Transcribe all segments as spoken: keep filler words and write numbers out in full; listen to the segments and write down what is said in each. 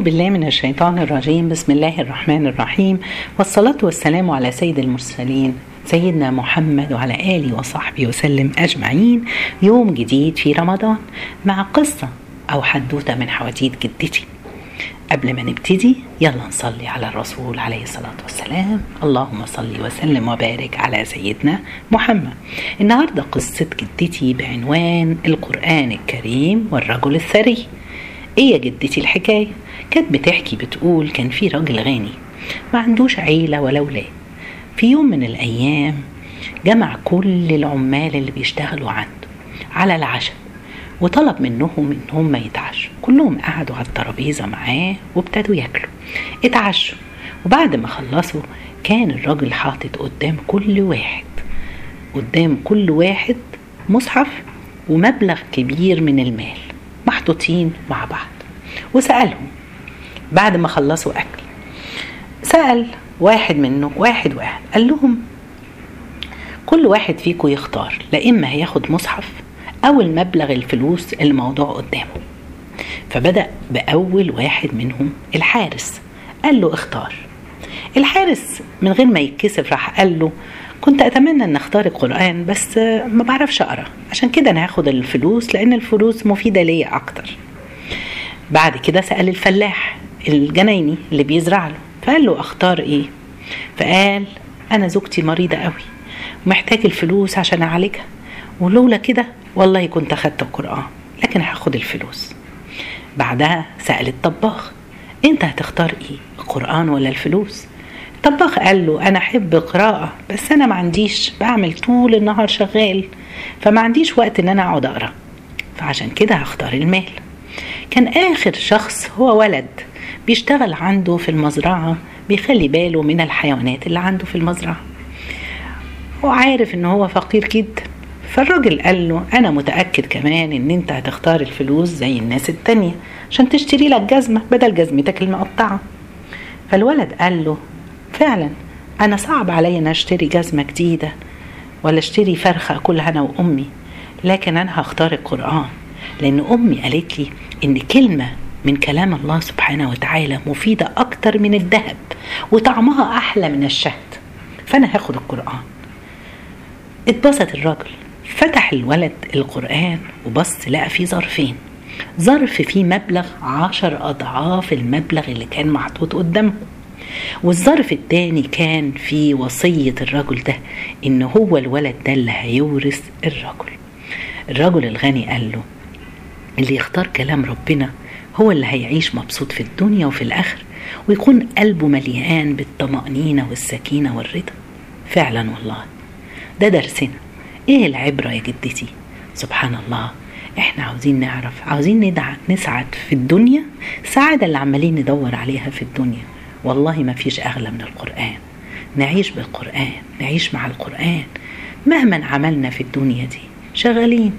بالله من الشيطان الرجيم. بسم الله الرحمن الرحيم، والصلاة والسلام على سيد المرسلين سيدنا محمد وعلى آله وصحبه وسلم أجمعين. يوم جديد في رمضان مع قصة أو حدوتة من حواديت جدتي. قبل ما نبتدي يلا نصلي على الرسول عليه الصلاة والسلام. اللهم صل وسلم وبارك على سيدنا محمد. النهاردة قصة جدتي بعنوان القرآن الكريم والرجل الثري. ايه يا جدتي الحكاية؟ كانت بتحكي بتقول كان في راجل غني ما عندوش عيلة ولا ولاد. في يوم من الأيام جمع كل العمال اللي بيشتغلوا عنده على العشاء وطلب منهم ان هم يتعشوا. كلهم قعدوا على الترابيزة معاه وابتدوا ياكلوا. اتعشوا وبعد ما خلصوا كان الراجل حاطط قدام كل واحد قدام كل واحد مصحف ومبلغ كبير من المال محطوطين مع بعض. وسألهم بعد ما خلصوا أكل، سأل واحد منه واحد واحد قال لهم كل واحد فيكم يختار، لا إما هياخد مصحف أو المبلغ الفلوس الموضوع قدامه. فبدأ بأول واحد منهم الحارس، قال له اختار. الحارس من غير ما يتكسف راح قال له كنت أتمنى أن أختار القرآن بس ما بعرفش أقرأ، عشان كده أنا هاخد الفلوس لأن الفلوس مفيدة ليا أكتر. بعد كده سأل الفلاح الجنايني اللي بيزرع له، فقال له أختار إيه؟ فقال أنا زوجتي مريضة قوي ومحتاج الفلوس عشان أعالجها، ولولا كده والله كنت أخدت القرآن، لكن هاخد الفلوس. بعدها سأل الطباخ أنت هتختار إيه؟ القرآن ولا الفلوس؟ الطباخ قال له أنا أحب قراءة بس أنا ما عنديش، بعمل طول النهار شغال فما عنديش وقت إن أنا أقعد أقرأ، فعشان كده هختار المال. كان آخر شخص هو ولد بيشتغل عنده في المزرعة، بيخلي باله من الحيوانات اللي عنده في المزرعة، وعارف إنه هو فقير جدا. فالراجل قال له أنا متأكد كمان إن أنت هتختار الفلوس زي الناس التانية عشان تشتري لك جزمة بدل جزمتك المقطعة. فالولد قال له فعلا أنا صعب علي أن أشتري جزمة جديدة ولا أشتري فرخة أكلها أنا وأمي، لكن أنا هختار القرآن لأن أمي قالت لي إن كلمة من كلام الله سبحانه وتعالى مفيدة أكتر من الذهب وطعمها أحلى من الشهد، فأنا هاخد القرآن. اتبسط الراجل، فتح الولد القرآن وبص لقى فيه ظرفين، ظرف فيه مبلغ عشر أضعاف المبلغ اللي كان محطوط قدامه، والظرف التاني كان في وصية الرجل ده إن هو الولد ده اللي هيورث الرجل. الرجل الغني قال له اللي يختار كلام ربنا هو اللي هيعيش مبسوط في الدنيا وفي الآخر ويكون قلبه مليان بالطمأنينة والسكينة والرضا. فعلا والله ده درسنا. ايه العبرة يا جدتي؟ سبحان الله، احنا عاوزين نعرف، عاوزين ندع نسعد في الدنيا السعادة اللي عمالين ندور عليها في الدنيا. والله ما فيش أغلى من القرآن. نعيش بالقرآن، نعيش مع القرآن مهما عملنا في الدنيا دي، شغالين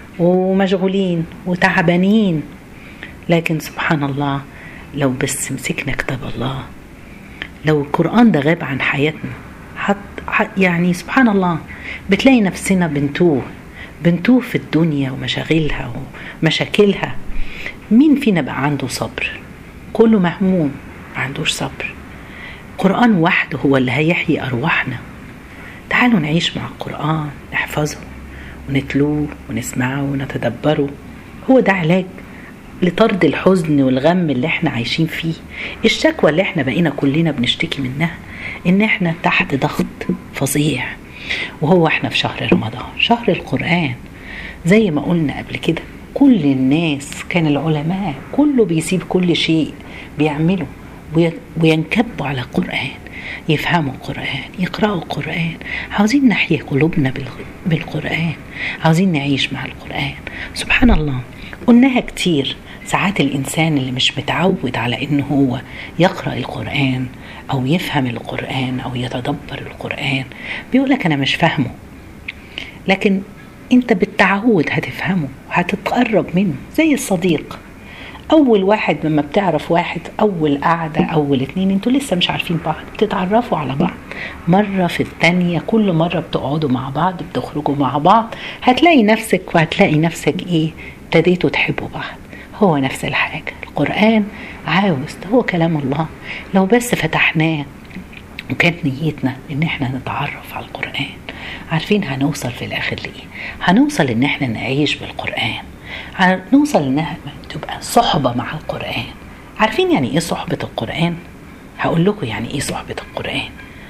ومشغولين وتعبانين، لكن سبحان الله لو بس مسكنا كتاب الله، لو القرآن ده غاب عن حياتنا حت يعني سبحان الله بتلاقي نفسنا بنتوه بنتوه في الدنيا ومشاغلها ومشاكلها. مين فينا بقى عنده صبر؟ كله مهموم ما عندوش صبر. القرآن وحده هو اللي هيحيي أرواحنا. تعالوا نعيش مع القرآن، نحفظه ونتلوه ونسمعه ونتدبره. هو ده علاج لطرد الحزن والغم اللي احنا عايشين فيه. الشكوى اللي احنا بقينا كلنا بنشتكي منها ان احنا تحت ضغط فظيع، وهو احنا في شهر رمضان، شهر القرآن. زي ما قلنا قبل كده كل الناس كان العلماء كله بيسيب كل شيء بيعمله وينكبوا على القرآن، يفهموا القرآن، يقرأوا القرآن. عاوزين نحيي قلوبنا بالقرآن، عاوزين نعيش مع القرآن. سبحان الله قلناها كتير. ساعات الإنسان اللي مش متعود على إنه هو يقرأ القرآن أو يفهم القرآن أو يتدبر القرآن بيقولك أنا مش فاهمه، لكن أنت بالتعود هتفهمه وهتتقرب منه. زي الصديق، أول واحد لما بتعرف واحد أول قعدة أول اتنين انتوا لسه مش عارفين بعض، بتتعرفوا على بعض مرة في التانية، كل مرة بتقعدوا مع بعض بتخرجوا مع بعض هتلاقي نفسك وهتلاقي نفسك إيه ابتديتوا تحبوا بعض. هو نفس الحاجة القرآن عاوز، ده هو كلام الله. لو بس فتحناه وكانت نيتنا ان احنا نتعرف على القرآن، عارفين هنوصل في الاخر ليه؟ هنوصل ان احنا نعيش بالقرآن، هنوصل انها تبقى صحبة مع القرآن. عارفين يعني ايه صحبة القرآن؟ هقول لكم يعني ايه صحبة القرآن.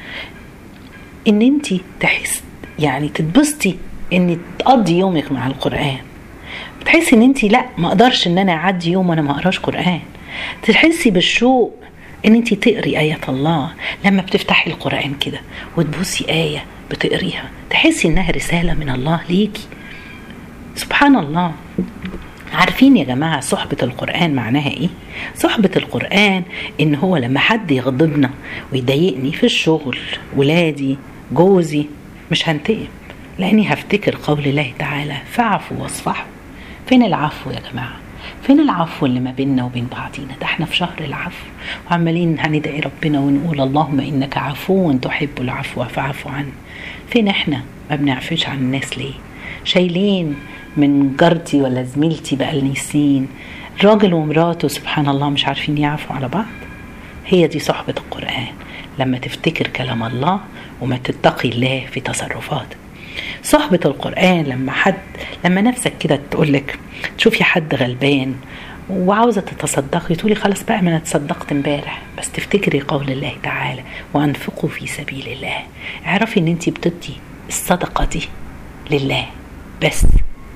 ان انت تحس يعني تتبسطي ان تقضي يومك مع القرآن، بتحسي ان انت لا ما اقدرش ان انا اعدي يوم وانا ما اقراش قرآن. تحسي بالشوق ان انت تقري آيات الله. لما بتفتحي القرآن كده وتبصي آية بتقريها تحسي انها رسالة من الله ليكي. سبحان الله. عارفين يا جماعة صحبة القرآن معناها ايه؟ صحبة القرآن ان هو لما حد يغضبنا ويضايقني في الشغل، ولادي، جوزي، مش هنتقم، لاني هفتكر قول الله تعالى فاعفوا واصفحوا. فين العفو يا جماعة؟ فين العفو اللي ما بيننا وبين بعضينا؟ ده احنا في شهر العفو وعمالين هندعي ربنا ونقول اللهم انك عفو تحب العفو فاعف عنه. فين احنا ما بنعفش عن الناس ليه؟ شايلين من جارتي ولا زميلتي بقالني سنين، راجل ومراته سبحان الله مش عارفين يعفوا على بعض. هي دي صحبة القرآن، لما تفتكر كلام الله وما تتقي الله في تصرفاتك. صحبة القرآن لما حد لما نفسك كده تقولك تشوفي حد غلبان وعاوزة تتصدقي تقولي خلاص بقى ما انا تصدقت امبارح، بس تفتكري قول الله تعالى وانفقوا في سبيل الله. اعرفي ان انتي بتدي الصدقة دي لله. بس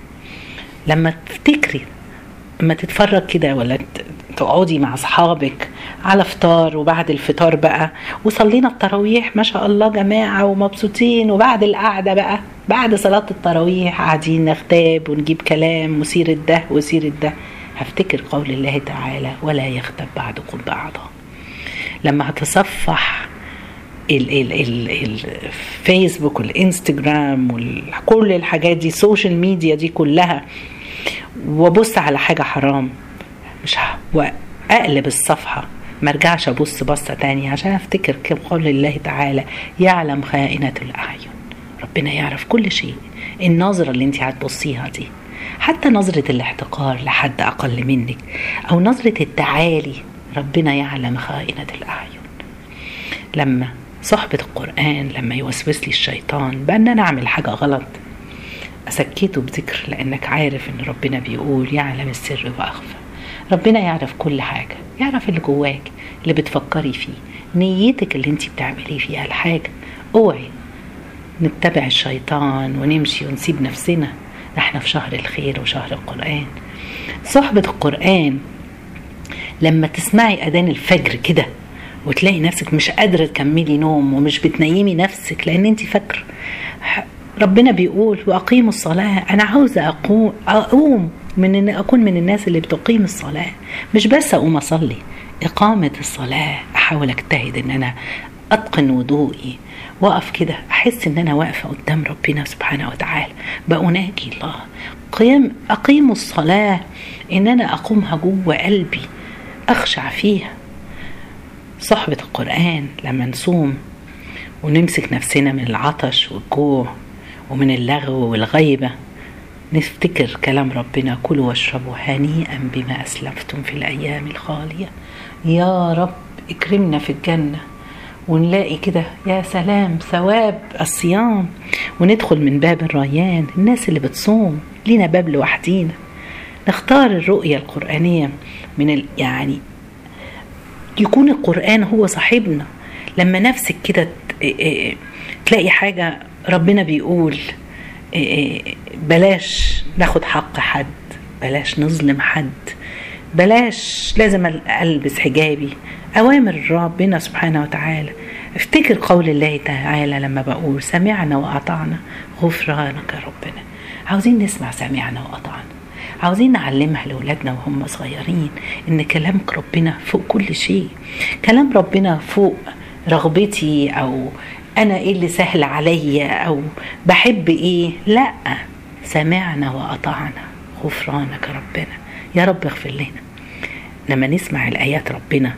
لما تفتكري لما تتفرج كده ولا تقعدي مع اصحابك على فطار وبعد الفطار بقى وصلينا التراويح ما شاء الله جماعة ومبسوطين، وبعد القعدة بقى بعد صلاة التراويح قاعدين نغتاب ونجيب كلام وسيرة ده وسيرة ده، هفتكر قول الله تعالى ولا يغتب بعضكم بعضا. لما هتصفح الفيسبوك والانستجرام وكل الحاجات دي السوشيال ميديا دي كلها وابص على حاجة حرام مش واقلب الصفحة ما ارجعش ابص بصة تانية عشان افتكر قول الله تعالى يعلم خائنة الاعين. ربنا يعرف كل شيء. النظرة اللي انت هتبصيها دي، حتى نظرة الاحتقار لحد اقل منك او نظرة التعالي، ربنا يعلم خائنة الاعين. لما صحبة القرآن لما يوسوس لي الشيطان بأن أنا أعمل حاجة غلط أسكته بذكر، لأنك عارف أن ربنا بيقول يعلم السر وأخفى. ربنا يعرف كل حاجة، يعرف اللي جواك اللي بتفكري فيه، نيتك اللي انت بتعمليه فيها الحاجة. اوعي نتبع الشيطان ونمشي ونسيب نفسنا. احنا في شهر الخير وشهر القرآن. صحبة القرآن لما تسمعي أذان الفجر كده وتلاقي نفسك مش قادرة تكملي نوم ومش بتنيمي نفسك لأن انت فاكرة ربنا بيقول وأقيموا الصلاة. أنا عاوزة أقوم, أقوم من أن أكون من الناس اللي بتقيم الصلاة، مش بس أقوم أصلي. إقامة الصلاة أحاول أجتهد أن أنا أتقن وضوئي، وقف كده أحس أن أنا واقفة قدام ربنا سبحانه وتعالى بأناجي الله. قيام أقيم الصلاة أن أنا أقومها جوه قلبي أخشع فيها. صحبة القرآن لما نصوم ونمسك نفسنا من العطش والجوع ومن اللغو والغيبة نفتكر كلام ربنا كلوا واشربوا هنيئا بما أسلفتم في الأيام الخالية. يا رب اكرمنا في الجنة ونلاقي كده يا سلام ثواب الصيام وندخل من باب الريان. الناس اللي بتصوم لينا باب لوحدينا، نختار الرؤية القرآنية من ال... يعني يكون القرآن هو صاحبنا. لما نفسك كده تلاقي حاجة ربنا بيقول بلاش ناخد حق حد، بلاش نظلم حد، بلاش لازم ألبس حجابي، أوامر ربنا سبحانه وتعالى. افتكر قول الله تعالى لما بقول سمعنا وأطعنا غفرانك ربنا. عاوزين نسمع سمعنا وأطعنا، عاوزين نعلمها لأولادنا وهم صغيرين إن كلام ربنا فوق كل شيء. كلام ربنا فوق رغبتي أو أنا إيه اللي سهل عليا أو بحب إيه، لا، سمعنا وأطعنا غفرانك ربنا. يا رب اغفر لنا. لما نسمع الآيات ربنا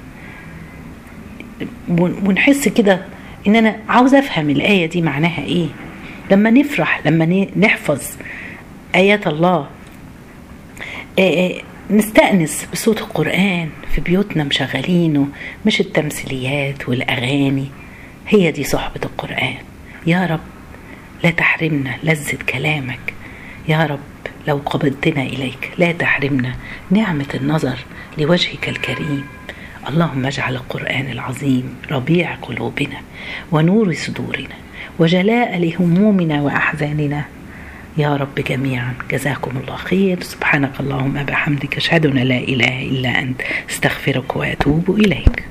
ونحس كده إن أنا عاوز أفهم الآية دي معناها إيه. لما نفرح لما نحفظ آيات الله نستأنس بصوت القرآن في بيوتنا مشغلينه، مش التمثيليات والأغاني. هي دي صحبة القرآن. يا رب لا تحرمنا لذة كلامك. يا رب لو قبضتنا إليك لا تحرمنا نعمة النظر لوجهك الكريم. اللهم اجعل القرآن العظيم ربيع قلوبنا ونور صدورنا وجلاء لهمومنا وأحزاننا يا رب جميعا. جزاكم الله خير. سبحانك اللهم بحمدك أشهد أن لا إله إلا أنت، استغفرك وأتوب إليك.